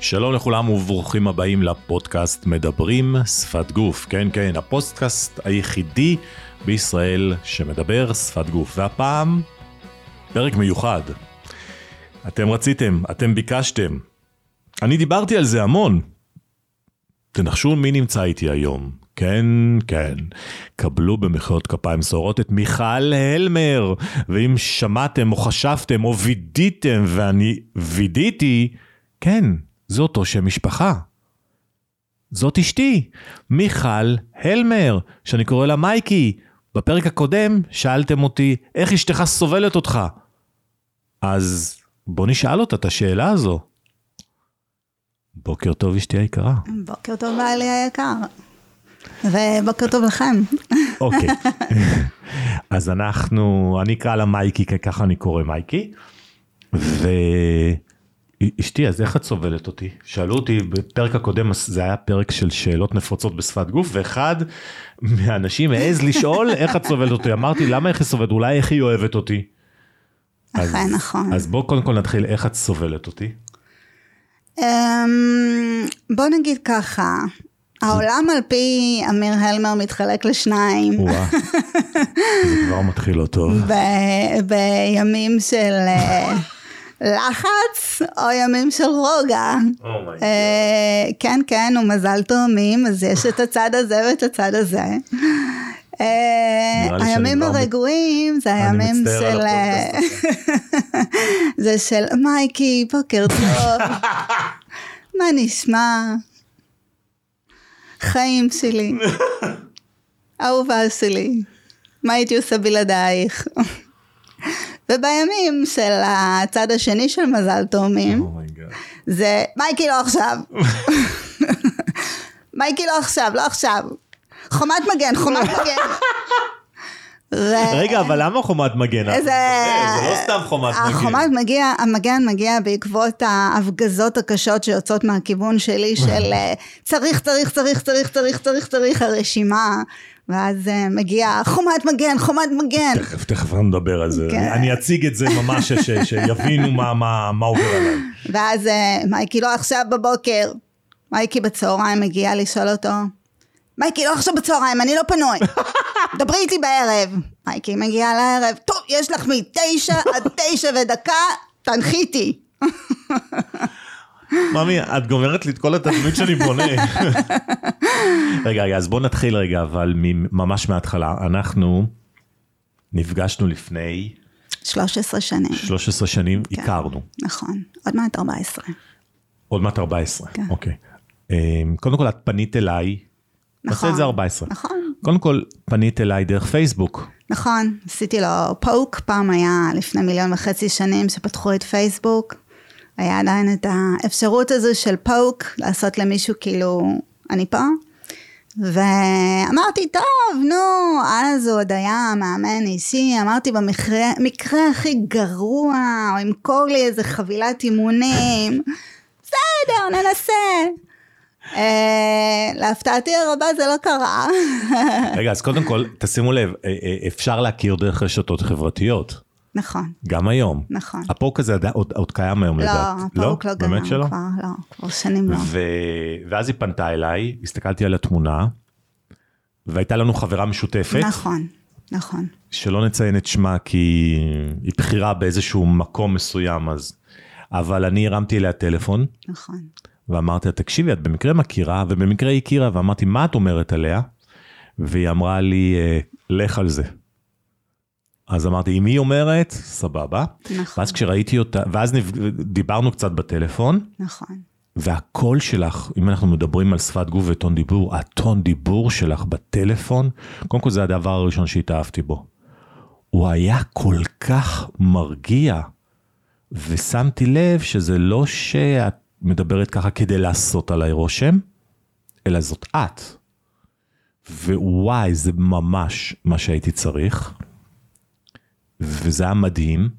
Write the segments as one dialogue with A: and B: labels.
A: שלום לכולם וברוכים הבאים לפודקאסט מדברים שפת גוף. כן, הפודקאסט היחידי בישראל שמדבר שפת גוף. והפעם פרק מיוחד. אתם רציתם, אתם ביקשתם. אני דיברתי על זה המון. תנחשו מי נמצא איתי היום. כן, קבלו במחיאות כפיים סוערות את מיכל הלמר. ואם שמעתם או חשבתם או וידיתם ואני וידיתי, כן, זה אותו שם משפחה. זאת אשתי, מיכל הלמר, שאני קורא לה מייקי. בפרק הקודם שאלתם אותי, איך אשתך סובלת אותך? אז בוא נשאל אותה את השאלה הזו. בוקר טוב אשתי היקרה.
B: בוקר טוב בעלי היקר. ובוקר טוב לכם.
A: אוקיי. אז אני אקרא לה מייקי, ככה אני קורא מייקי. אשתי, אז איך את סובלת אותי? שאלו אותי בפרק הקודם, זה היה פרק של שאלות נפוצות בשפת גוף, ואחד מהאנשים העז לשאול איך את סובלת אותי. אמרתי, למה איך היא סובלת? אולי איך היא אוהבת אותי?
B: נכון.
A: אז בואו קודם כל נתחיל, איך את סובלת אותי?
B: בוא נגיד ככה, העולם על פי אמיר הלמר מתחלק לשניים.
A: וואה, זה כבר מתחיל לא טוב.
B: בימים של לחץ או ימים של רוגע. כן, הוא מזל תאומים, אז יש את הצד הזה ואת הצד הזה. הימים הרגועים זה הימים של זה של מייקי, בוקר טוב, מה נשמע? חיים שלי, אהובה שלי, מה הייתי עושה בלעדייך? ובימים של הצד השני של מזל תאומים, זה מייקי לא עכשיו. מייקי לא עכשיו. חומת מגן.
A: רגע, אבל למה חומת מגן? זה לא סתם חומת מגן.
B: החומת המגן מגיע בעקבות ההפגזות הקשות שיוצאות מהכיוון שלי של צריך הרשימה, ואז מגיע חומת מגן.
A: תכף נדבר על זה. אני אציג את זה ממש שיבינו מה עובר עליי.
B: ואז מייקי לא עכשיו בבוקר, מייקי בצהריים מגיע לשאול אותו, מייקי לא עכשיו בצהריים, אני לא פנוי, דברי איתי בערב. מייקי מגיע לערב, טוב, יש לך מ9 עד 9:01, תנחיתי.
A: ממי, את גומרת לי את כל התדמית שאני בונה. רגע, אז בוא נתחיל רגע, אבל ממש מההתחלה, אנחנו נפגשנו לפני
B: 13 שנים.
A: 13 שנים, הכרנו.
B: נכון, עוד מעט 14.
A: עוד מעט 14, אוקיי. קודם כל, את פנית אליי, נעשה את זה 14.
B: נכון.
A: קודם כל, פנית אליי דרך פייסבוק.
B: נכון, עשיתי לו פוק, פעם היה לפני 1.5 מיליון שנים שפתחו את פייסבוק, היה עדיין את האפשרות הזו של פוק, לעשות למישהו כאילו, אני פה, ואמרתי, טוב, נו, אז הוא עוד היה מאמן אישי, אמרתי במקרה הכי גרוע, או ימכור לי איזה חבילת אימונים, בסדר, ננסה. להפתעתי הרבה זה לא קרה.
A: רגע, אז קודם כל, תשימו לב, אפשר להכיר דרך רשתות חברתיות.
B: נכון.
A: גם היום.
B: נכון.
A: הפוק הזה עוד קיים היום לדעת.
B: לא, הפוק לא קיים.
A: באמת שלא?
B: כבר שנים לא.
A: ואז היא פנתה אליי, הסתכלתי על התמונה, והייתה לנו חברה משותפת.
B: נכון.
A: שלא נציין את שמה, כי היא בחירה באיזשהו מקום מסוים, אבל אני הרמתי אליה טלפון.
B: נכון.
A: ואמרתי, תקשיבי, את במקרה מכירה, ובמקרה היא הכירה, ואמרתי, מה את אומרת עליה? והיא אמרה לי, לך על זה. אז אמרתי, אם היא אומרת, סבבה.
B: נכון.
A: ואז כשראיתי אותה, ואז דיברנו קצת בטלפון.
B: נכון.
A: והקול שלך, אם אנחנו מדברים על שפת גוף וטון דיבור, הטון דיבור שלך בטלפון, קודם כל זה הדבר הראשון שהתאהבתי בו. הוא היה כל כך מרגיע, ושמתי לב שזה לא שאת מדברת ככה כדי לעשות עליי רושם, אלא זאת את. ווואי, זה ממש מה שהייתי צריך. וזה היה מדהים.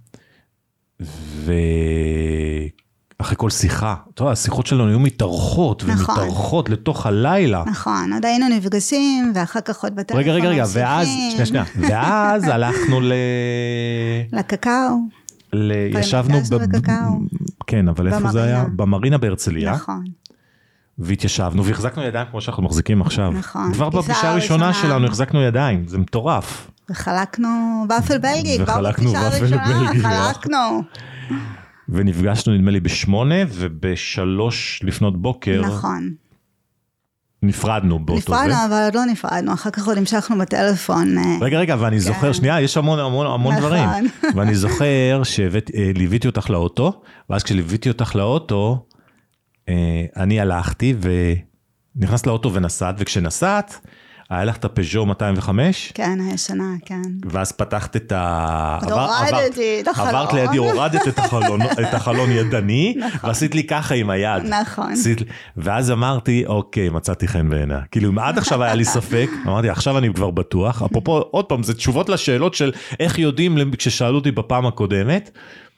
A: ואחרי כל שיחה, השיחות שלנו היו מתארכות ומתארכות לתוך הלילה.
B: נכון, עוד היינו נפגשים, ואחר כך עוד בטלפון.
A: רגע, ואז הלכנו
B: לקקאו.
A: ישבנו כן, אבל איפה זה היה? במרינה בהרצליה.
B: נכון.
A: והתיישבנו, והחזקנו ידיים כמו שאנחנו מחזיקים עכשיו.
B: נכון.
A: כבר בפגישה הראשונה שלנו החזקנו ידיים, זה מטורף.
B: וחלקנו ופל בלגי, כבר
A: וחלקנו
B: בפגישה
A: ופל
B: הראשונה,
A: בלגי.
B: חלקנו.
A: ונפגשנו נדמה לי ב8, וב3 לפנות בוקר.
B: נכון.
A: נפרדנו באותו זה.
B: נפרדנו, אבל עוד לא נפרדנו, אחר כך עוד המשכנו בטלפון.
A: רגע, ואני זוכר, שנייה, יש המון דברים. ואני זוכר שליוויתי אותך לאוטו, ואז כשליוויתי אותך לאוטו, אני הלכתי ונכנס לאוטו ונסעת, וכשנסעת, היה לך את הפז'ו 205.
B: כן, הישנה, כן.
A: ואז פתחת את
B: הורדתי את החלון.
A: עברת לידי, הורדת את החלון ידני, ועשית לי ככה עם היד.
B: נכון.
A: ואז אמרתי, אוקיי, מצאתי חן בעינה. כאילו, עד עכשיו היה לי ספק, אמרתי, עכשיו אני כבר בטוח. אפרופו, עוד פעם, זה תשובות לשאלות של איך יודעים, כששאלו אותי בפעם הקודמת.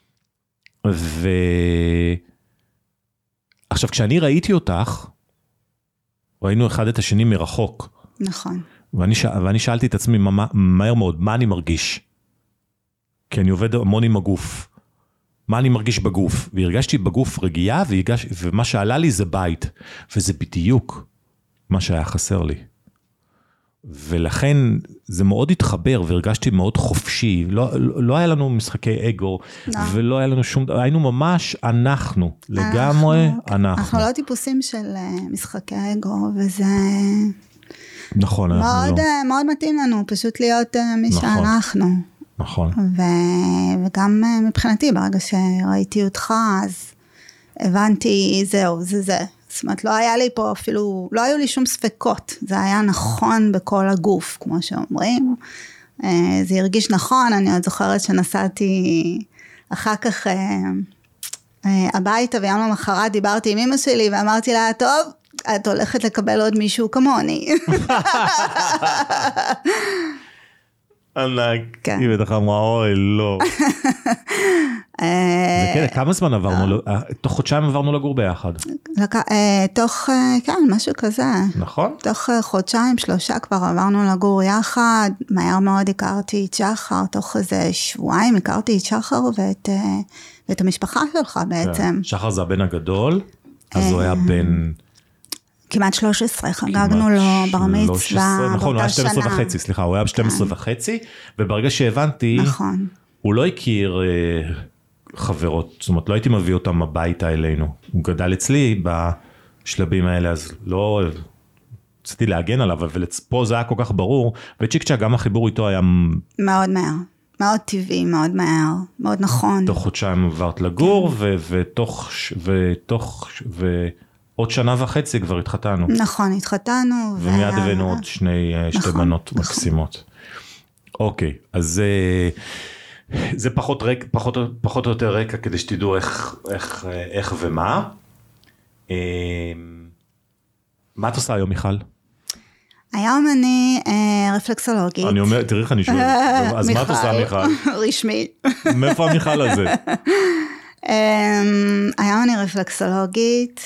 A: עכשיו, כשאני ראיתי אותך, ראינו אחד את השני מרחוק.
B: נכון.
A: ואני שאלתי את עצמי מהר מאוד, מה אני מרגיש? כי אני עובד המון עם הגוף. מה אני מרגיש בגוף? והרגשתי בגוף רגיעה, ומה שעלה לי זה בית. וזה בדיוק מה שהיה חסר לי. ולכן זה מאוד התחבר, והרגשתי מאוד חופשי. לא היה לנו משחקי אגו, ולא היה לנו שום, היינו ממש אנחנו, לגמרי אנחנו.
B: אנחנו לא טיפוסים של משחקי אגו, וזה
A: נכון,
B: מאוד מתאים לנו, פשוט להיות מי שאנחנו.
A: נכון.
B: וגם מבחינתי, ברגע שראיתי אותך, אז הבנתי, זהו, זה. זאת אומרת, לא היה לי פה אפילו, לא היו לי שום ספקות, זה היה נכון בכל הגוף, כמו שאומרים, זה הרגיש נכון, אני עוד זוכרת שנסעתי אחר כך הביתה, ויום למחרת דיברתי עם אמא שלי, ואמרתי לה, טוב, את הולכת לקבל עוד מישהו כמוני.
A: ענק, היא בטח אמרה, אוי, לא. זה כן, כמה זמן עברנו, תוך חודשיים עברנו לגור ביחד.
B: תוך, כן, משהו כזה.
A: נכון.
B: תוך חודשיים, 3 כבר עברנו לגור יחד, מהר מאוד הכרתי את שחר, תוך איזה שבועיים הכרתי את שחר ואת המשפחה שלך בעצם.
A: שחר זה הבן הגדול, אז הוא היה בן...
B: כמעט 13, חגגנו לו בר מצווה.
A: נכון, הוא היה 12 וחצי, סליחה, הוא היה 12 וחצי, וברגע שהבנתי, הוא לא הכיר חברות, זאת אומרת, לא הייתי מביא אותם הביתה אלינו, הוא גדל אצלי בשלבים האלה, אז לא רציתי להגן עליו, אבל פה זה היה כל כך ברור, וצ'יק צ'ק גם החיבור איתו היה...
B: מאוד מהר, מאוד טבעי, מאוד מהר, מאוד נכון.
A: תוך חודשיים עברת לגור, עוד 1.5 שנה כבר התחתנו.
B: נכון, התחתנו.
A: ומיד הבאנו עוד שתי בנות מקסימות. אוקיי, אז זה פחות או יותר רקע, כדי שתדעו איך ומה. מה את עושה היום, מיכל?
B: היום אני רפלקסולוגית.
A: אני אומר, תראי איך אני שואל. אז מה את עושה, מיכל?
B: רשמי.
A: מאיפה המיכל הזה?
B: היום אני רפלקסולוגית.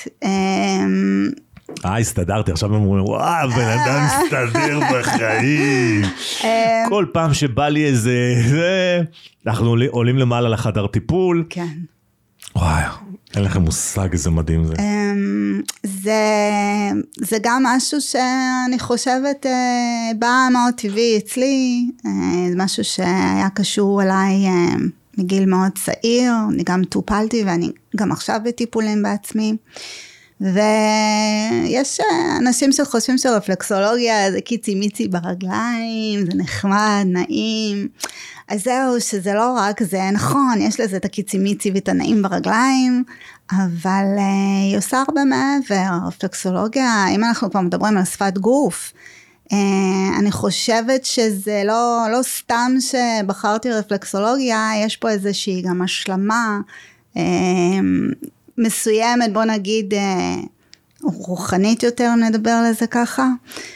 A: הסתדרתי, עכשיו הם אומרים, וואו, בן אדם הסתדר בחיים. כל פעם שבא לי איזה, אנחנו עולים למעלה לחדר טיפול.
B: כן.
A: וואי, אין לכם מושג איזה מדהים זה.
B: זה גם משהו שאני חושבת בא מאוד טבעי אצלי, זה משהו שהיה קשור אליי מגיל מאוד צעיר, אני גם טופלתי ואני גם עכשיו בטיפולים בעצמי, ויש אנשים שחושבים שרפלקסולוגיה זה קיצי מיצי ברגליים, זה נחמד, נעים, אז זהו שזה לא רק זה, נכון, יש לזה את הקיצי מיצי ואת הנעים ברגליים, אבל היא עושה הרבה מעבר, רפלקסולוגיה, אם אנחנו כבר מדברים על שפת גוף, אני חושבת שזה לא סתם שבחרתי רפלקסולוגיה, יש פה איזושהי גם השלמה מסוימת, בוא נגיד רוחנית יותר, נדבר לזה ככה,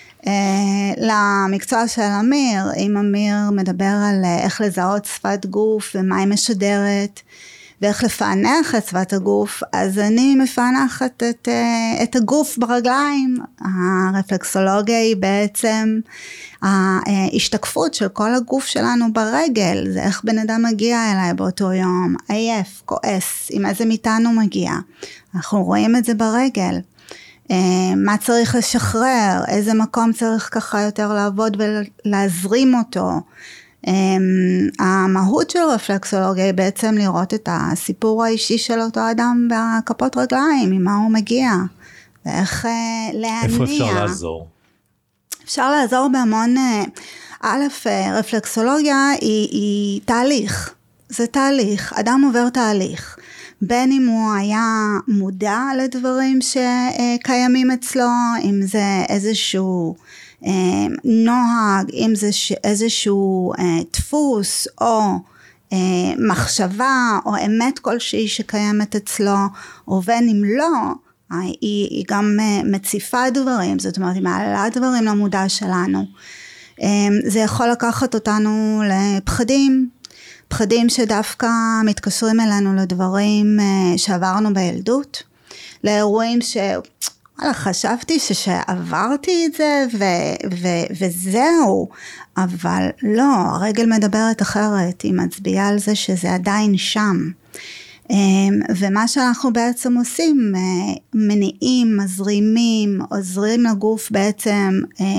B: למקצוע של אמיר. אם אמיר מדבר על איך לזהות שפת גוף ומה היא משדרת, ואיך לפענח את שפת הגוף, אז אני מפענחת את הגוף ברגליים. הרפלקסולוגיה היא בעצם ההשתקפות של כל הגוף שלנו ברגל, זה איך בן אדם מגיע אליי באותו יום, עייף, כועס, עם איזה מיטן הוא מגיע, אנחנו רואים את זה ברגל, מה צריך לשחרר, איזה מקום צריך ככה יותר לעבוד ולהזרים אותו. המהות של רפלקסולוגיה היא בעצם לראות את הסיפור האישי של אותו אדם בכפות רגליים, ממה הוא מגיע, ואיך להניע.
A: איפה אפשר לעזור?
B: אפשר לעזור בהמון, רפלקסולוגיה היא תהליך, זה תהליך, אדם עובר תהליך, בין אם הוא היה מודע לדברים שקיימים אצלו, אם זה איזשהו נוהג, אם זה איזשהו דפוס או מחשבה או אמת כלשהי שקיימת אצלו, או בין אם לא, היא גם מציפה דברים, זאת אומרת היא מעלה דברים למודע שלנו. זה יכול לקחת אותנו לפחדים, פחדים שדווקא מתקשרים אלינו לדברים שעברנו בילדות, לאירועים חשבתי שעברתי את זה וזהו, אבל לא, הרגל מדברת אחרת, היא מצביעה על זה שזה עדיין שם. ומה שאנחנו בעצם עושים, מניעים, מזרימים, עוזרים לגוף בעצם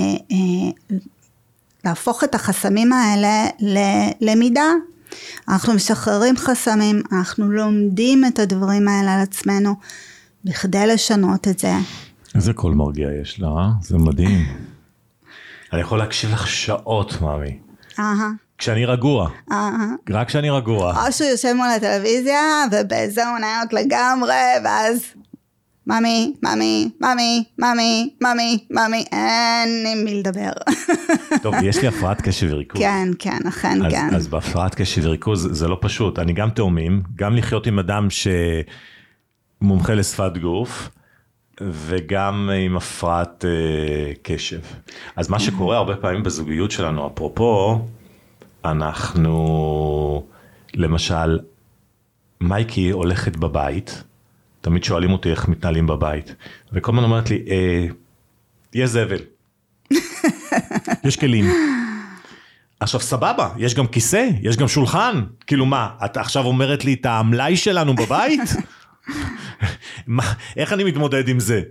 B: להפוך את החסמים האלה ללמידה. אנחנו משחררים חסמים, אנחנו לומדים את הדברים האלה על עצמנו, בכדי לשנות את זה.
A: איזה קול מרגיע יש לה, זה מדהים. אני יכול להקשיב לך שעות, מאמי. כשאני רגוע. רק כשאני רגוע.
B: או שהוא יושב מול הטלוויזיה, ובזה הוא נעיות לגמרי, ואז ממי, ממי, ממי, ממי, ממי, ממי, אין עם מי לדבר.
A: טוב, יש לי הפרעת קשב וריכוז.
B: כן, כן, אכן כן.
A: אז בהפרעת קשב וריכוז זה לא פשוט. אני גם תאומים, גם לחיות עם אדם שמומחה לשפת גוף, וגם עם הפרעת קשב. אז מה שקורה הרבה פעמים בזוגיות שלנו, אפרופו, אנחנו, למשל, מייקי הולכת בבית, תמיד שואלים אותי איך מתנהלים בבית, וכל הזמן אומרת לי, יש זבל, יש כלים. עכשיו סבבה, יש גם כיסא, יש גם שולחן, כאילו מה, את עכשיו אומרת לי את המלאי שלנו בבית? איך אני מתמודד עם זה?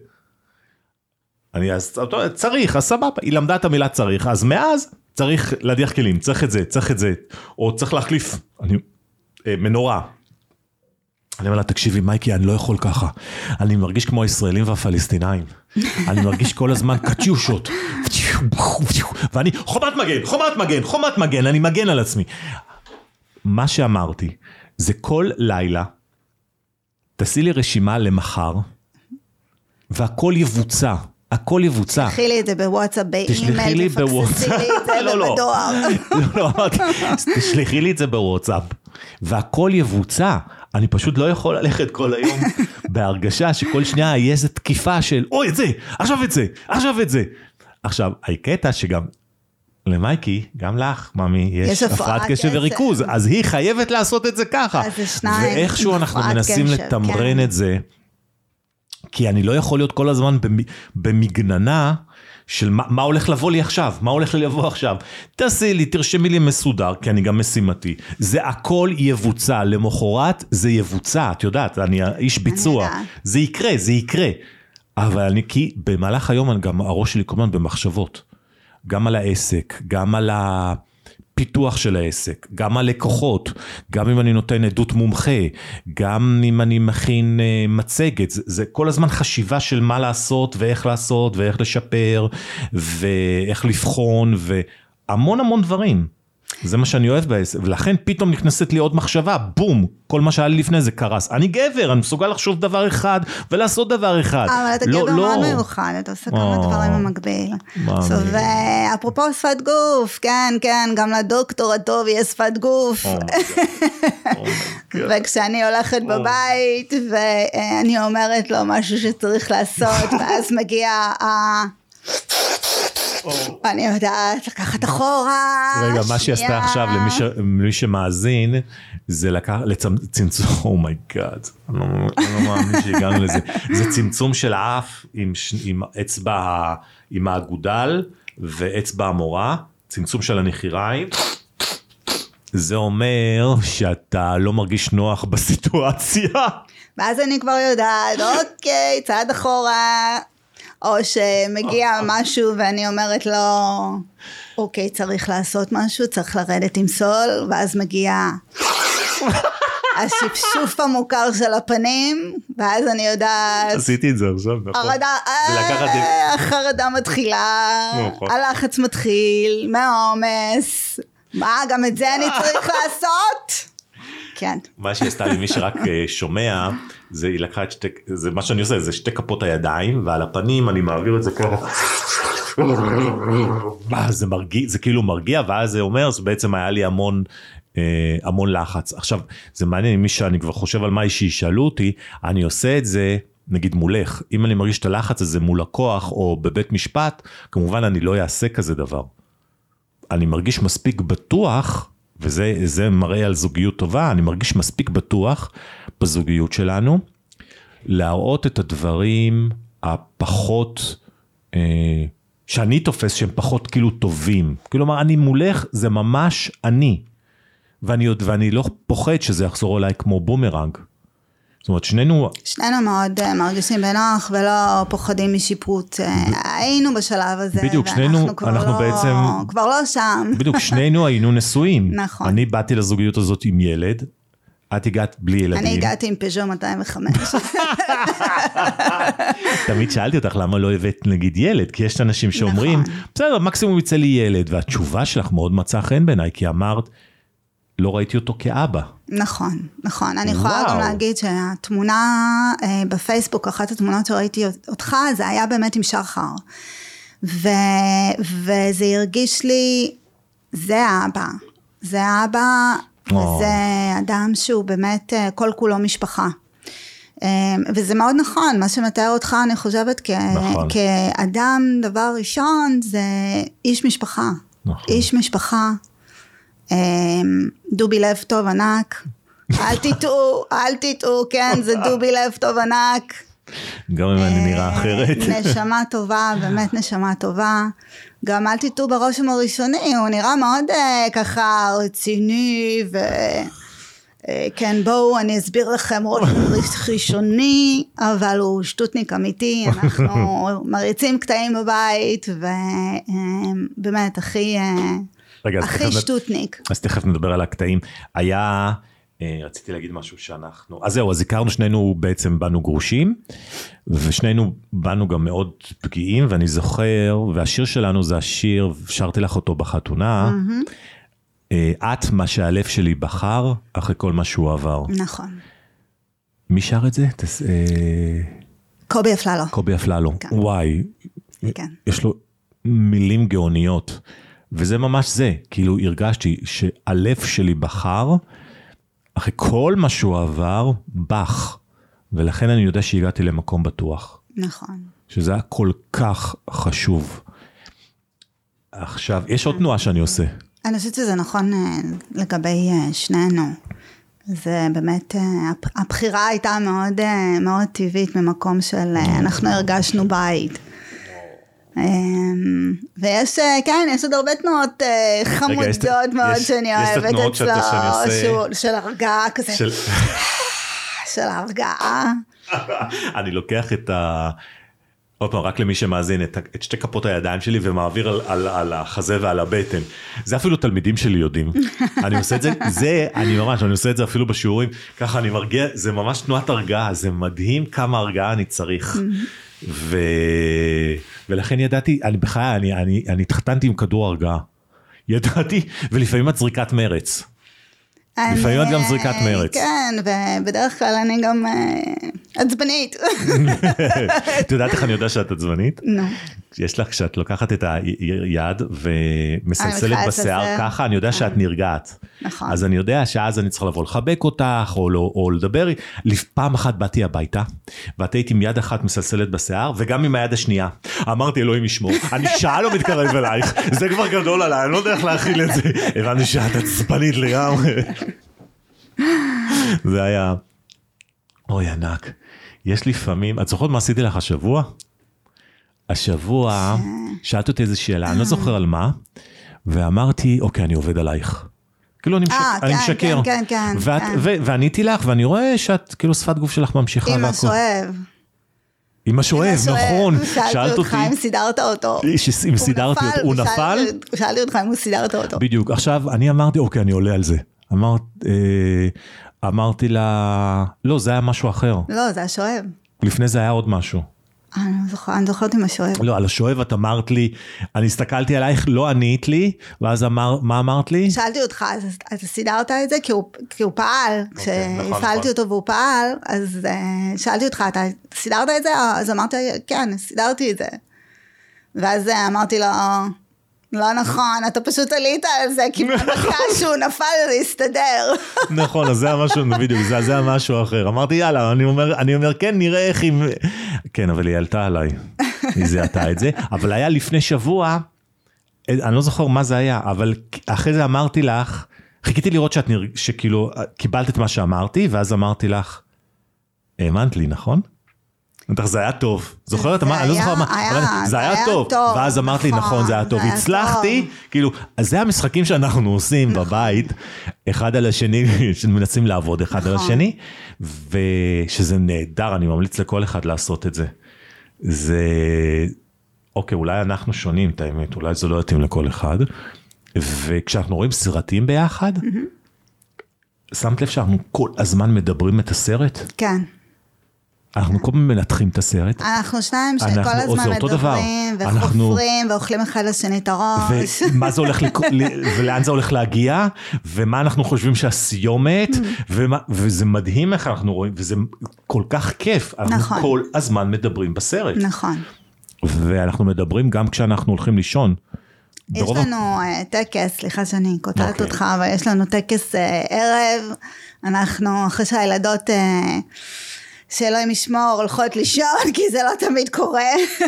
A: אז צריך, אז סבבה, היא למדה את המילה צריך, אז מאז צריך להדיח כלים, צריך את זה, או צריך להחליף מנורה. אני אומר לה, תקשיבי מייקי, אני לא יכול ככה, אני מרגיש כמו הישראלים והפלסטינאים, אני מרגיש כל הזמן קטיושות, ואני חומת מגן, אני מגן על עצמי. מה שאמרתי, זה כל לילה, תעשי לי רשימה למחר, והכל יבוצע, הכל יבוצע.
B: תשלחי לי את זה בוואטסאפ, באימייל, תפקססי לי את זה בדואר.
A: לא, תשלחי לי את זה בוואטסאפ, והכל יבוצע. אני פשוט לא יכול ללכת כל היום בהרגשה שכל שנייה יהיה איזו תקיפה של, אוי, את זה, עכשיו את זה. עכשיו, הקטע שגם למייקי, גם לך, ממי, יש הפרעת קשב וריכוז, אז היא חייבת לעשות את זה ככה. ואיכשהו אנחנו מנסים לתמרן את זה, כי אני לא יכול להיות כל הזמן במגננה של מה הולך לבוא לי עכשיו, מה הולך לי לבוא עכשיו. תעשי לי, תרשמי לי מסודר, כי אני גם משימתי. זה הכל יבוצע, למחרת זה יבוצע, את יודעת, אני איש ביצוע. זה יקרה. אבל אני, כי במהלך היום גם הראש שלי כל הזמן במחשבות. גם על העסק, גם על הפיתוח של העסק, גם על לקוחות, גם אם אני נותן עדות מומחה, גם אם אני מכין מצגת, זה כל הזמן חשיבה של מה לעשות ואיך לעשות ואיך לשפר ואיך לבחון והמון דברים. זה מה שאני אוהב בעסק, ולכן פתאום נכנסת לי עוד מחשבה, בום, כל מה שהיה לי לפני זה קרס. אני גבר, אני מסוגל לחשוב דבר אחד ולעשות דבר אחד.
B: אבל אתה גבר מאוד מיוחד, אתה עושה כמה דברים במקביל. ואפרופו שפת גוף, כן, גם לדוקטור הטוב יש שפת גוף. וכשאני הולכת בבית, ואני אומרת לו משהו שצריך לעשות, ואז מגיע אני יודעת לקחת אחורה.
A: רגע, מה שהיא עשתה עכשיו למי שמאזין, זה צמצום, אומייגאד, אני לא מאמין שהגענו לזה, זה צמצום של האף עם אצבע, עם האגודל ואצבע המורה, צמצום של הנחיריים, זה אומר שאתה לא מרגיש נוח בסיטואציה.
B: ואז אני כבר יודעת, אוקיי, צעד אחורה, או שמגיע משהו ואני אומרת לו, אוקיי, צריך לעשות משהו, צריך לרדת עם סול, ואז מגיע השפשוף המוכר של הפנים, ואז אני יודעת,
A: עשיתי את זה עכשיו, נכון.
B: החרדה מתחילה, הלחץ מתחיל, מהעומס, מה, גם את זה אני צריך לעשות? כן.
A: מה שעשתה לי, מי שרק שומע, זה היא לקחה את זה מה שאני עושה, זה שתי כפות הידיים, ועל הפנים אני מעביר את זה ככה, זה כאילו מרגיע, ואז זה אומר, זה בעצם היה לי המון לחץ. עכשיו, זה מעניין, מי שאני כבר חושב על מה שישאלו אותי, אני עושה את זה, נגיד מולך, אם אני מרגיש את הלחץ הזה מול לקוח, או בבית משפט, כמובן אני לא אעשה כזה דבר. אני מרגיש מספיק בטוח, וזה מראה על זוגיות טובה, אני מרגיש מספיק בטוח בזוגיות שלנו, להראות את הדברים הפחות, שאני תופס שהם פחות כאילו טובים. כלומר, אני מולך, זה ממש אני. ואני לא פוחד שזה יחזור אליי כמו בומרנג. זאת אומרת, שנינו
B: מאוד מרגישים בנוח ולא פוחדים משיפוט. היינו בשלב הזה.
A: בדיוק, שנינו, אנחנו בעצם
B: כבר לא שם.
A: בדיוק, שנינו היינו נשואים.
B: נכון.
A: אני באתי לזוגיות הזאת עם ילד, את הגעת בלי ילדים.
B: אני הגעתי עם פז'ו 205.
A: תמיד שאלתי אותך למה לא הבאת נגיד ילד, כי יש אנשים שאומרים, בסדר, מקסימום יצא לי ילד, והתשובה שלך מאוד מצאה חן בעיניי, כי אמרת, לא ראיתי אותו כאבא.
B: נכון, נכון. אני יכולה גם להגיד שהתמונה בפייסבוק, אחת התמונות שראיתי אותך, זה היה באמת עם שחר. וזה הרגיש לי, זה האבא. זה האבא, וזה אדם שהוא באמת כל כולו משפחה. וזה מאוד נכון, מה שמתאר אותך, אני חושבת, כאדם, דבר ראשון, זה איש משפחה. איש משפחה. דובי לב טוב ענק, אל תטעו, כן, זה דובי לב טוב ענק.
A: גם אם אני נראה אחרת.
B: נשמה טובה, באמת נשמה טובה. גם אל תטעו ברושם הראשוני, הוא נראה מאוד ככה רציני, וכן, בואו אני אסביר לכם רושם ראשוני, אבל הוא שטוטניק אמיתי, אנחנו מריצים קטעים בבית, ובאמת הכי שטוטניק.
A: אז תכף נדבר על הקטעים. רציתי להגיד משהו שאנחנו, אז זהו, אז הכרנו שנינו בעצם באנו גרושים, ושנינו באנו גם מאוד פגיעים, ואני זוכר, והשיר שלנו זה השיר, שרתי לך אותו בחתונה, את מה שהלב שלי בחר, אחרי כל מה שהוא עבר.
B: נכון.
A: מי שר את זה?
B: קובי אפללו.
A: קובי אפללו, וואי, יש לו מילים גאוניות, וזה ממש זה, כאילו הרגשתי שהלב שלי בחר, אחרי כל מה שהוא עבר, בח, ולכן אני יודע שהגעתי למקום בטוח.
B: נכון. שזה
A: היה כל כך חשוב. עכשיו, יש עוד תנועה שאני עושה.
B: אני חושבת שזה נכון לגבי שנינו. זה באמת, הבחירה הייתה מאוד, מאוד טבעית ממקום של, אנחנו הרגשנו בית. ויש, כן, יש עוד הרבה תנועות חמודות מאוד שאני אוהבת אצלו, של הרגעה כזה, של הרגעה.
A: אני לוקח עוד פעם, רק למי שמאזין, את שתי כפות הידיים שלי, ומעביר על החזה ועל הבטן. זה אפילו תלמידים שלי יודעים. אני עושה את זה, אני עושה את זה אפילו בשיעורים, ככה אני מרגיע, זה ממש תנועת הרגעה, זה מדהים כמה הרגעה אני צריך. ולכן ידעתי, אני התחתנתי עם כדור הרגעה. ידעתי, ולפעמים את זריקת מרץ. לפעמים את גם זריקת מרץ.
B: כן, ובדרך כלל אני גם עצבנית.
A: את יודעת איך אני יודע שאת עצבנית?
B: לא.
A: יש לך, כשאת לוקחת את היד ומסלסלת בשיער ככה, אני יודע שאת נרגעת.
B: נכון.
A: אז אני יודע שאז אני צריך לבוא לחבק אותך, או לדבר. פעם אחת באתי הביתה, ואת הייתי עם יד אחת מסלסלת בשיער, וגם עם היד השנייה. אמרתי, אלוהים ישמור, אני שעה לא מתקרב אלייך, זה כבר גדול עליי, אני לא יודע איך להכיל את זה. הבנתי שאת עצבנית לגמרי. זה היה, אוי ענק. יש לפעמים, את זוכרת מה עשיתי לך השבוע? השבוע, שאלת אותי איזו שאלה, אני לא זוכר על מה, ואמרתי, אוקיי, אני עובד עלייך. כאילו, אני משקר.
B: כן.
A: ועניתי לך, ואני רואה שאת, כאילו, שפת גוף שלך ממשיכה.
B: עם השואב.
A: עם השואב, נכון.
B: שאלתי אותך אם סידרת אותו.
A: אם סידרתי אותו, הוא נפל?
B: שאלתי אותך אם הוא סידרת אותו.
A: בדיוק, עכשיו, אני אמרתי, אוקיי, אני עולה על זה. אמרתי לה, לא, זה היה משהו אחר.
B: לא, זה השואב.
A: לפני זה היה עוד משהו.
B: אני זוכרת עם השואב.
A: לא, על השואב את אמרת לי, אני הסתכלתי עלייך, לא ענית לי, ואז מה אמרת לי?
B: שאלתי אותך, אז אתה סידרת את זה? כי הוא פעל, כשהפעלתי אותו והוא פעל, אז שאלתי אותך, אתה סידרת את זה? אז אמרתי, כן, סידרתי את זה. ואז אמרתי לו, לא נכון, אתה פשוט עלית על זה, כי במכה שהוא נפל להסתדר.
A: נכון, אז זה היה משהו, בדיוק, זה היה משהו אחר. אמרתי, יאללה, אני אומר, כן, נראה איך היא... כן, אבל היא עלתה עליי, היא זיהתה את זה. אבל היה לפני שבוע, אני לא זוכר מה זה היה, אבל אחרי זה אמרתי לך, חיכיתי לראות שכאילו, קיבלת את מה שאמרתי, ואז אמרתי לך, האמנת לי, נכון? זה היה טוב, זוכרת? אני לא זוכר מה, זה היה טוב, ואז אמרת לי, נכון, זה היה טוב, הצלחתי, כאילו, אז זה המשחקים שאנחנו עושים בבית, אחד על השני, שמנסים לעבוד אחד על השני, ושזה נהדר, אני ממליץ לכל אחד לעשות את זה. זה, אוקיי, אולי אנחנו שונים את האמת, אולי זה לא יתאים לכל אחד, וכשאנחנו רואים סרטים ביחד, שמת לב שאנחנו כל הזמן מדברים את הסרט?
B: כן.
A: אנחנו כל הזמן מנתחים את הסרט.
B: אנחנו שניים שכל הזמן מדברים וחופרים ואוכלים אחד לשני את הראש.
A: ומה זה הולך, ולאן זה הולך להגיע, ומה אנחנו חושבים שהסיומת, וזה מדהים איך אנחנו רואים, וזה כל כך כיף. אנחנו כל הזמן מדברים בסרט.
B: נכון.
A: ואנחנו מדברים גם כשאנחנו הולכים לישון.
B: יש לנו טקס, סליחה שאני כותרת אותך, אבל יש לנו טקס ערב, אנחנו אחרי שהילדות... שאלוהים ישמור, הולכות לישון, כי זה לא תמיד קורה.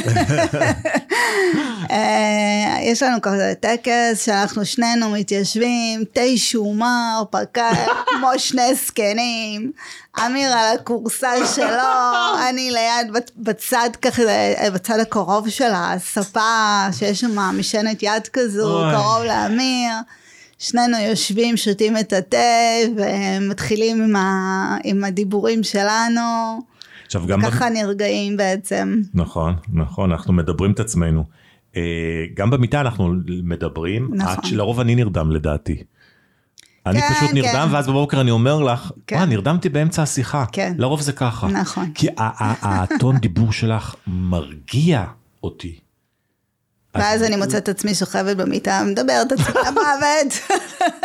B: יש לנו כזה טקס, שאנחנו שנינו מתיישבים, תה שומר, פקע, כמו שני סקנים, אמיר על הקורסה שלו, אני ליד בצד ככה, בצד הקרוב של הספה, שיש שם משענת יד כזו, קרוב לאמיר, שנינו יושבים, שותים את התה, ומתחילים עם הדיבורים שלנו, ככה נרגעים בעצם.
A: נכון, נכון, אנחנו מדברים את עצמנו. גם במיטה אנחנו מדברים, לרוב אני נרדם לדעתי. אני פשוט נרדם, ואז בבוקר אני אומר לך, נרדמתי באמצע השיחה. לרוב זה ככה.
B: נכון.
A: כי הטון דיבור שלך מרגיע אותי.
B: ואז אני מוצאת עצמי שוכבת במיטה, מדברת עצמי למוות.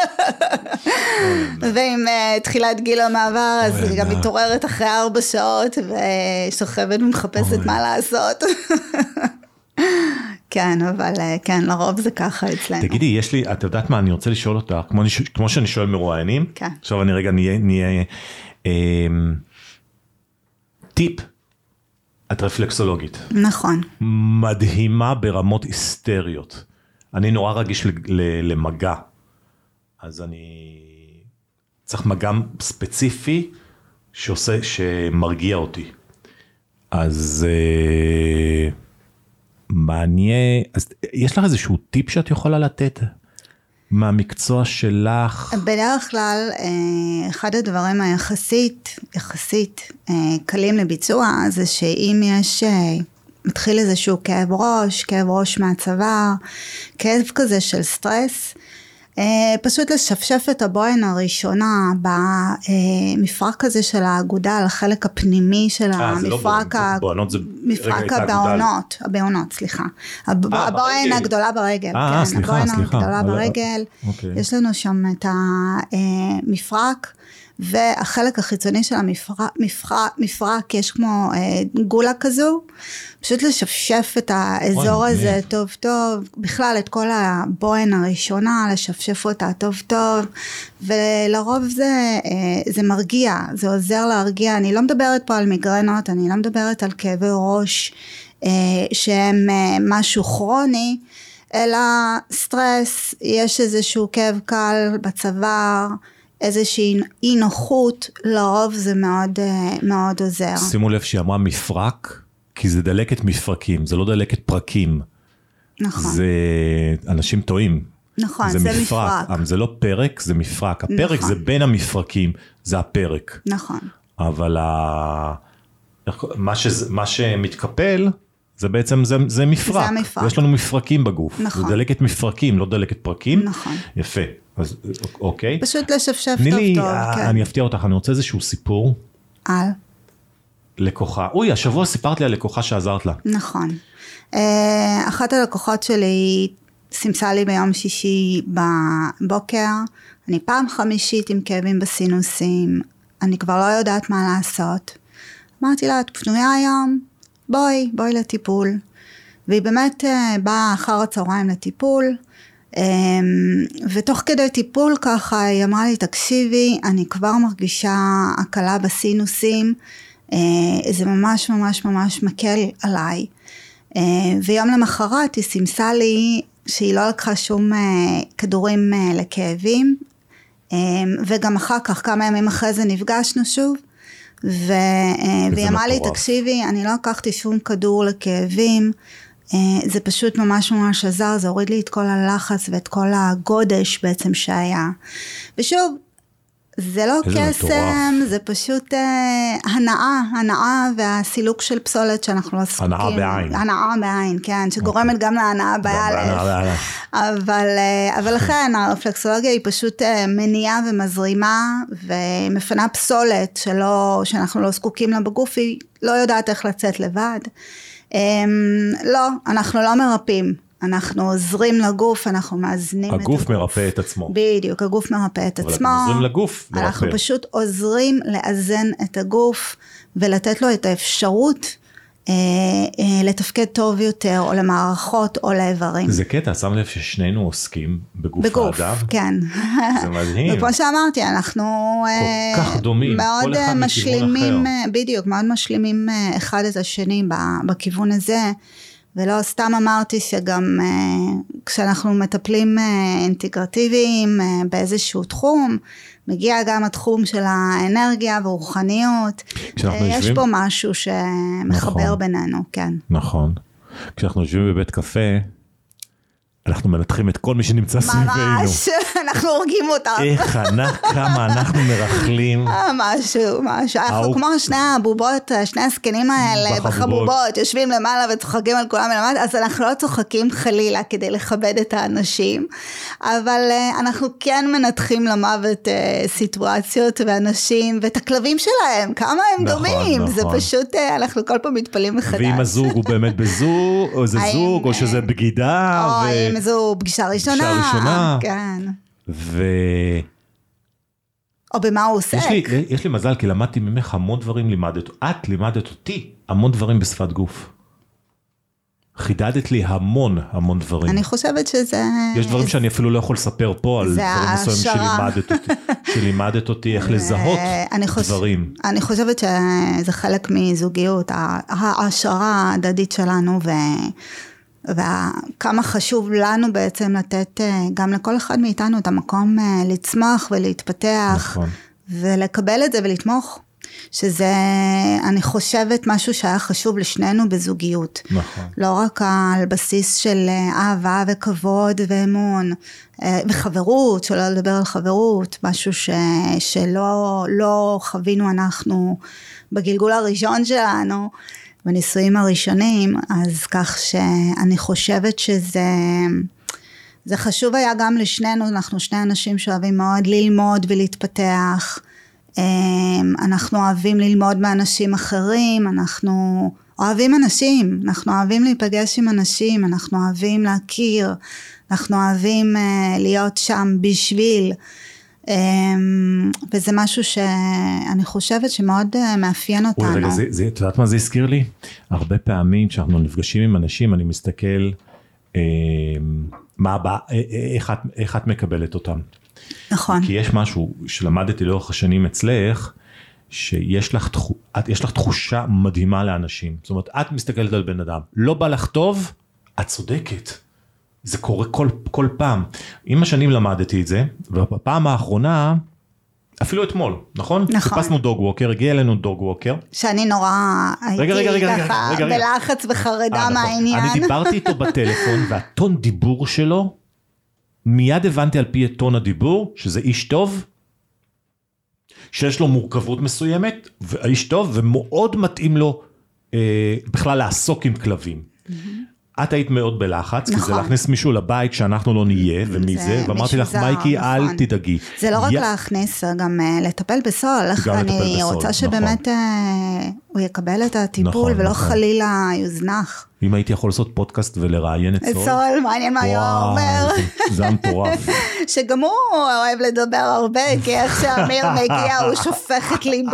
B: ועם תחילת גיל המעבר, אז היא גם מתעוררת אחרי 4 שעות, ושוכבת ומחפשת מה לעשות. כן, אבל כן, לרוב זה ככה אצלנו.
A: תגידי, יש לי, את יודעת מה, אני רוצה לשאול אותך, כמו שאני שואל מרואיינים, עכשיו אני רגע נהיה טיפ. את רפלקסולוגית.
B: נכון.
A: מדהימה ברמות היסטריות. אני נורא רגיש למגע. אז אני צריך מגע ספציפי שמרגיע אותי. אז מעניין, אז יש לך איזשהו טיפ שאת יכולה לתת? מהמקצוע שלך?
B: בדרך כלל, אחד הדברים יחסית קלים לביצוע, זה שאם יש, מתחיל איזשהו כאב ראש מהצוואר, כאב כזה של סטרס, פשוט לשפשף את הבוין הראשונה במפרק הזה של האגודל, החלק הפנימי של המפרק, הבעונות, סליחה. הבוין הגדולה ברגל, הבוין הגדולה ברגל, יש לנו שם את המפרק, והחלק החיצוני של המפרק, יש כמו גולה כזו, פשוט לשפשף את האזור הזה טוב טוב, בכלל את כל הבוהן הראשונה, לשפשף אותה טוב טוב, ולרוב זה מרגיע, זה עוזר להרגיע, אני לא מדברת פה על מיגרנות, אני לא מדברת על כאבי ראש, שהם משהו כרוני, אלא סטרס, יש איזשהו כאב קל בצוואר, איזושהי אי נוחות, לרוב זה מאוד, מאוד עוזר.
A: שימו לב שהיא אמרה מפרק, כי זה דלקת מפרקים, זה לא דלקת פרקים. נכון. זה, אנשים טועים.
B: נכון, זה מפרק.
A: זה לא פרק, זה מפרק. הפרק זה בין המפרקים, זה הפרק.
B: נכון.
A: אבל מה שמתקפל, זה בעצם, זה מפרק.
B: זה המפרק.
A: יש לנו מפרקים בגוף.
B: נכון.
A: זה דלקת מפרקים, לא דלקת פרקים.
B: נכון.
A: יפה. אז אוקיי.
B: פשוט לשפשף טוב
A: נילי,
B: טוב. כן.
A: אני אפתיע אותך, אני רוצה איזשהו סיפור.
B: על?
A: לקוחה. אוי, השבוע סיפרת לי על לקוחה שעזרת לה.
B: נכון. אחת הלקוחות שלי סימסה לי ביום שישי בבוקר, אני פעם חמישית עם כאבים בסינוסים, אני כבר לא יודעת מה לעשות. אמרתי לה, את פנויה היום? בואי לטיפול. והיא באמת באה אחר הצהריים לטיפול, ותוך כדי טיפול ככה היא אמרה לי, תקשיבי, אני כבר מרגישה הקלה בסינוסים, זה ממש ממש ממש מקל עליי. ויום למחרת היא סימסה לי שהיא לא לקחה שום כדורים לכאבים, וגם אחר כך, כמה ימים אחרי זה נפגשנו שוב, והיא אמרה לי, תקשיבי, אני לא לקחתי שום כדור לכאבים, זה פשוט ממש ממש עזר, זה הוריד לי את כל הלחץ ואת כל הגודש בעצם שהיה. ושוב, זה לא קסם, זה פשוט הנאה והסילוק של פסולת שאנחנו לא עסוקים.
A: הנאה בעין.
B: הנאה בעין, כן, שגורמת גם להנאה באלף. אבל לכן הרפלקסולוגיה היא פשוט מניעה ומזרימה, ומפנה פסולת שאנחנו לא זקוקים לה בגוף, היא לא יודעת איך לצאת לבד. לא, אנחנו לא מרפאים. אנחנו עוזרים לגוף, אנחנו מאזנים את הגוף.
A: הגוף מרפא את עצמו.
B: בדיוק, הגוף מרפא את עצמו.
A: אבל אנחנו עוזרים לגוף לרפא.
B: אנחנו פשוט עוזרים לאזן את הגוף, ולתת לו את האפשרות לתפקד טוב יותר, או למערכות, או לאיברים.
A: זה קטע, שם לב ששנינו עוסקים בגוף האדם.
B: בגוף, כן.
A: זה מדהים.
B: וכמו שאמרתי, אנחנו
A: כל כך דומים, כל אחד מכיוון אחר.
B: בדיוק, מאוד משלימים אחד את השני בכיוון הזה, ולא סתם אמרתי שגם כשאנחנו מטפלים אינטגרטיביים באיזשהו תחום, מגיע גם התחום של האנרגיה ורוחניות, יש פה משהו שמחבר בינינו, כן.
A: נכון. כשאנחנו יושבים בבית קפה, אנחנו מנתחים את כל מי שנמצא סביבנו.
B: ממש, אנחנו הורגים אותם.
A: כמה אנחנו מרחלים.
B: משהו. אנחנו כמו שני הבובות, שני הסקנים האלה בחבובות, יושבים למעלה וצוחקים על כולם למטה, אז אנחנו לא צוחקים חלילה כדי לכבד את האנשים, אבל אנחנו כן מנתחים למוות סיטואציות ואנשים, ואת הכלבים שלהם, כמה הם דומים. זה פשוט, אנחנו כל פעם מתפלים מחדש.
A: ואם הזוג הוא באמת בזוג, או זה זוג, או שזה בגידה,
B: או זו פגישה ראשונה. כן. או במה הוא עוסק.
A: יש לי מזל, כי למדתי ממך המון דברים, את לימדת אותי המון דברים בשפת גוף. חידדת לי המון דברים.
B: אני חושבת שזה...
A: יש דברים שאני אפילו לא יכול לספר פה, על דברים מסוימים שלימדת אותי איך לזהות דברים.
B: אני חושבת שזה חלק מזוגיות, ההשערה ההדדית שלנו, וכמה חשוב לנו בעצם לתת גם לכל אחד מאיתנו את המקום לצמח ולהתפתח,
A: נכון.
B: ולקבל את זה ולתמוך, שזה אני חושבת משהו שהיה חשוב לשנינו בזוגיות,
A: נכון.
B: לא רק על בסיס של אהבה וכבוד ואמון וחברות, שלא לדבר על חברות, משהו שלא חווינו אנחנו בגלגול הראשון שלנו, בניסויים הראשונים, אז כך שאני חושבת שזה חשוב היה גם לשנינו, אנחנו שני אנשים שאוהבים מאוד ללמוד ולהתפתח, אנחנו אוהבים ללמוד מאנשים אחרים, אנחנו אוהבים אנשים, אנחנו אוהבים להיפגש עם אנשים, אנחנו אוהבים להכיר, אנחנו אוהבים להיות שם בשביל, וזה משהו שאני חושבת שמאוד מאפיין אותנו.
A: רגע, את יודעת מה זה הזכיר לי? הרבה פעמים כשאנחנו נפגשים עם אנשים, אני מסתכל, איך את מקבלת אותם.
B: נכון.
A: כי יש משהו שלמדתי לאורך השנים אצלך, שיש לך תחושה מדהימה לאנשים. זאת אומרת, את מסתכלת על בן אדם, לא בא לך טוב, את צודקת. זה קורה כל פעם. עם השנים למדתי את זה, ובפעם האחרונה, אפילו אתמול, נכון? נכון. חיפשנו דוג ווקר, הגיע אלינו דוג ווקר.
B: שאני נורא הייתי ככה בלחץ וחרדה מהעניין.
A: אני דיברתי איתו בטלפון, והטון דיבור שלו, מיד הבנתי על פי טון הדיבור, שזה איש טוב, שיש לו מורכבות מסוימת, ואיש טוב, ומאוד מתאים לו בכלל לעסוק עם כלבים. את היית מאוד בלחץ, כי זה להכניס מישהו לבית שאנחנו לא נהיה, ומי זה, ואמרתי לך, מייקי, אל תדאגי.
B: זה לא רק להכניס, גם לטפל בסול, אני רוצה שבאמת הוא יקבל את הטיפול, ולא חלילה יוזנח.
A: אם הייתי יכול לעשות פודקאסט ולראיין את סול.
B: סול, מעניין מה היה אומר.
A: זה המטורף.
B: שגם הוא אוהב לדבר הרבה, כי איך שאמיר מגיע, הוא שופך את ליבו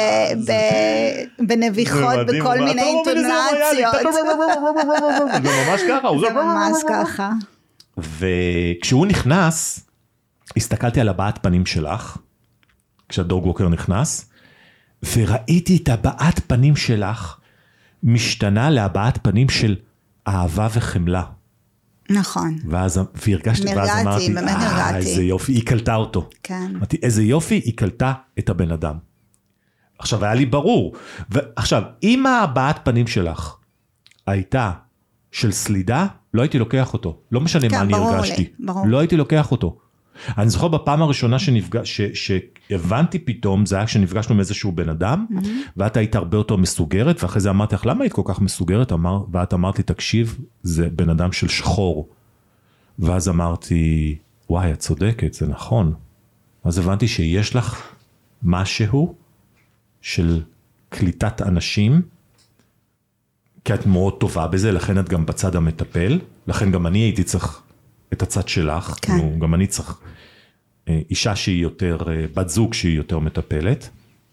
B: בנביחות, בכל מיני אינטונציות.
A: זה ממש ככה.
B: זה ממש ככה.
A: וכשהוא נכנס, הסתכלתי על הבעת פנים שלך, כשהדוג ווקר נכנס, וראיתי את הבעת פנים שלך, משתנה להבעת פנים של אהבה וחמלה.
B: נכון.
A: והרגשתי, ואז אמרתי, איזה יופי, היא קלטה אותו.
B: כן.
A: אמרתי, איזה יופי, היא קלטה את הבן אדם. עכשיו, היה לי ברור. ועכשיו, אם הבעת פנים שלך הייתה של סלידה, לא הייתי לוקח אותו. לא משנה מה אני הרגשתי. לא הייתי לוקח אותו. אני זוכר בפעם הראשונה שהבנתי פתאום, זה היה כשנפגשנו עם איזשהו בן אדם, ואת היית הרבה יותר מסוגרת, ואחרי זה אמרתי לך, למה היית כל כך מסוגרת? ואת אמרתי, תקשיב, זה בן אדם של שחור. ואז אמרתי, וואי, את צודקת, זה נכון. אז הבנתי שיש לך משהו של קליטת אנשים, כי את מאוד טובה בזה, לכן את גם בצד המטפל, לכן גם אני הייתי צריך את הצד שלך, כן. גם אני צריך אישה שהיא יותר, בת זוג שהיא יותר מטפלת,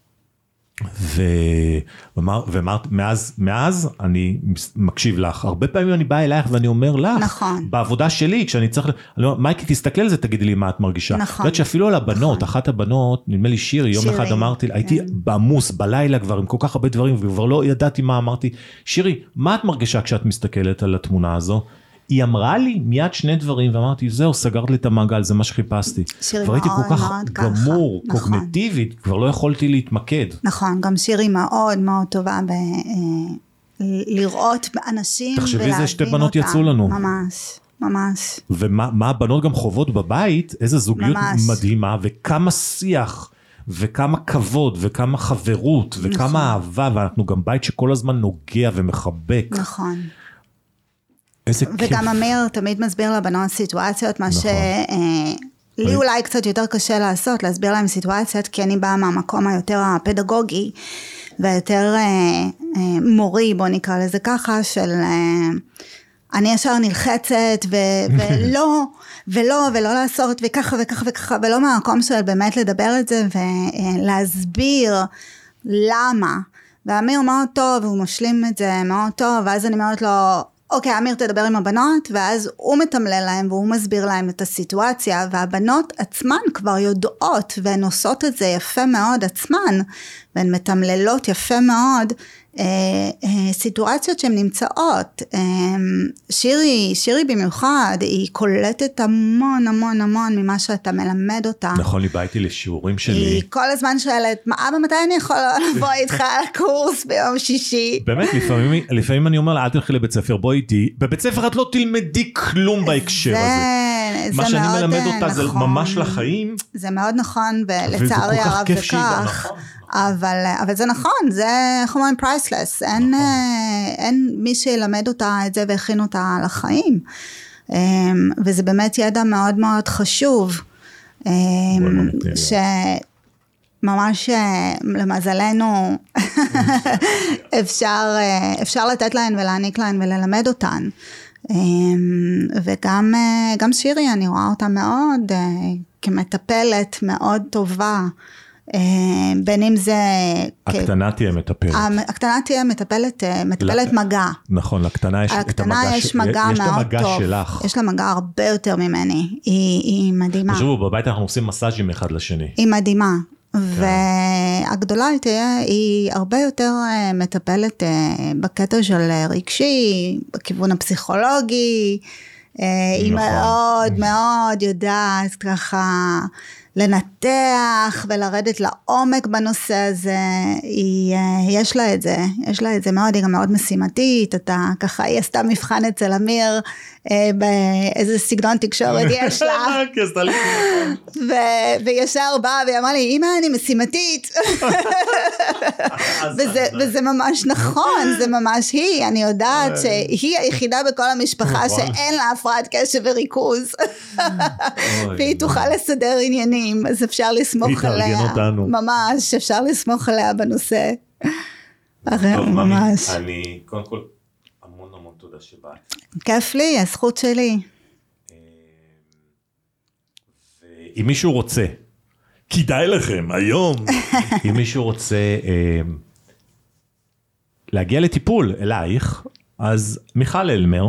A: ומאז אני מקשיב לך, הרבה פעמים אני בא אלייך ואני אומר לך,
B: נכון.
A: בעבודה שלי, כשאני צריך, מייקי תסתכל על זה, תגידי לי מה את מרגישה,
B: נכון.
A: יודעת שאפילו על הבנות, נכון. אחת הבנות, נדמה לי שירי, יום אחד אמרתי, כן. הייתי בעמוס בלילה כבר עם כל כך הרבה דברים, וכבר לא ידעתי מה אמרתי, שירי, מה את מרגישה כשאת מסתכלת על התמונה הזו? היא אמרה לי מיד שני דברים, ואמרתי, זהו, סגרת לי את המעגל, זה מה שחיפשתי. כבר הייתי כל כך גמור, קוגניטיבית, כבר לא יכולתי להתמקד.
B: נכון, גם שירי מאוד מאוד טובה לראות אנשים
A: ולהבין אותם. תחשבי, זה שתי בנות יצאו לנו.
B: ממש, ממש.
A: ומה הבנות גם חוות בבית, איזו זוגיות מדהימה, וכמה שיח, וכמה כבוד, וכמה חברות, וכמה אהבה, ואנחנו גם בית שכל הזמן נוגע ומחבק.
B: נכון.
A: וגם
B: אמיר תמיד מסביר לבנות סיטואציות, מה שלי אולי קצת יותר קשה לעשות, להסביר להם סיטואציות, כי אני באה מהמקום היותר הפדגוגי, והיותר מורי, בוא נקרא לזה ככה, של אני ישר נלחצת, ולא לעשות, וככה וככה וככה, ולא מהמקום של באמת לדבר את זה, ולהסביר למה, ואמיר מאוד טוב, הוא משלים את זה מאוד טוב, ואז אני אומרת לו, אוקיי, אמיר תדבר עם הבנות, ואז הוא מתמלל להם, והוא מסביר להם את הסיטואציה, והבנות עצמן כבר יודעות, והן עושות את זה יפה מאוד עצמן, והן מתמללות יפה מאוד, סיטואציות שהן נמצאות. שירי במיוחד, היא קולטת המון המון המון, ממה שאתה מלמד אותה.
A: נכון, לי באיתי לשיעורים שלי.
B: היא כל הזמן שואלת, אבא, מתי אני יכולה לבוא איתך לקורס ביום שישי?
A: באמת, לפעמים אני אומר לה, אל תלכי לבית ספר, בואי איתי, בבית ספר את לא תלמדי כלום בהקשר הזה. מה שאני מלמד אותה זה ממש לחיים.
B: זה מאוד נכון, ולצערי הרב זה כך. אבל זה נכון, זה איך אומרים פרייסלס, אין מי שילמד אותה את זה והכין אותה לחיים, וזה באמת ידע מאוד מאוד חשוב, שממש למזלנו אפשר לתת להן ולהעניק להן וללמד אותן, וגם שירי אני רואה אותה מאוד, כמטפלת מאוד טובה, בין אם זה...
A: הקטנה תהיה מטפלת.
B: הקטנה תהיה מטפלת מגע.
A: נכון, לקטנה יש את המגע,
B: יש מגע מאוד טוב. שלך. יש לה מגע הרבה יותר ממני, היא מדהימה.
A: תשבו, בבית אנחנו עושים מסאז'ים אחד לשני.
B: היא מדהימה. והגדולה היא הרבה יותר מטפלת בקטע של רגשי, בכיוון הפסיכולוגי, היא מאוד מאוד יודעת ככה לנתח ולרדת לעומק בנושא הזה, יש לה את זה מאוד, היא גם מאוד משימתית, ככה היא עשתה מבחן אצל אמיר, באיזה סגנון תקשורת יש לה, וישר באה והיא אמרה לי, אמא אני משימתית, וזה ממש נכון, זה ממש היא, אני יודעת שהיא היחידה בכל המשפחה שאין לה הפרעת קשב וריכוז, והיא תוכל לסדר עניינים, אז אפשר לסמוך עליה, ממש אפשר לסמוך עליה בנושא, ממש.
A: אני קודם כל המון תודה שבאת.
B: כיף לי, הזכות שלי.
A: אם מישהו רוצה, כדאי לכם היום, אם מישהו רוצה להגיע לטיפול אלייך, אז מיכל אלמר,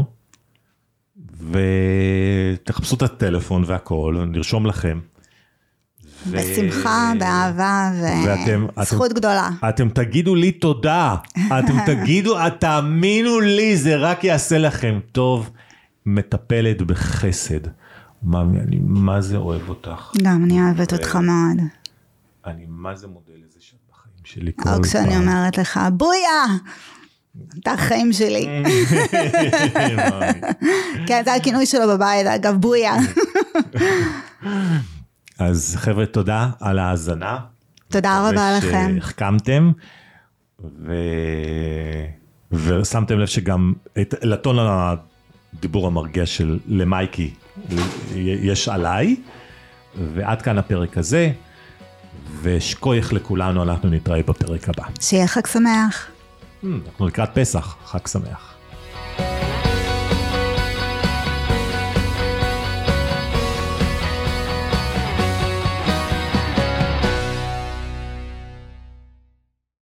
A: ותחפשו את הטלפון והכל, נרשום לכם.
B: בשמחה, באהבה, וזכות גדולה.
A: אתם תגידו לי תודה, תאמינו לי, זה רק יעשה לכם טוב, מטפלת בחסד. אני מה זה אוהב אותך.
B: גם אני אוהבת אותך מאוד.
A: אני מה זה מודה לזה שאת בחיים שלי כל פעם.
B: או כשאני אומרת לך, בויה! אתה החיים שלי. כן, זה הכינוי שלו בבית, אגב, בויה.
A: אז חבר'ה, תודה על ההאזנה.
B: תודה רבה לכם.
A: שהחכמתם, ושמתם לב שגם לטון הדיבור המרגיע של למייקי יש עליי, ועד כאן הפרק הזה, ושכוייך לכולנו, אנחנו נתראה בפרק הבא.
B: שיהיה חג שמח.
A: אנחנו לקראת פסח, חג שמח.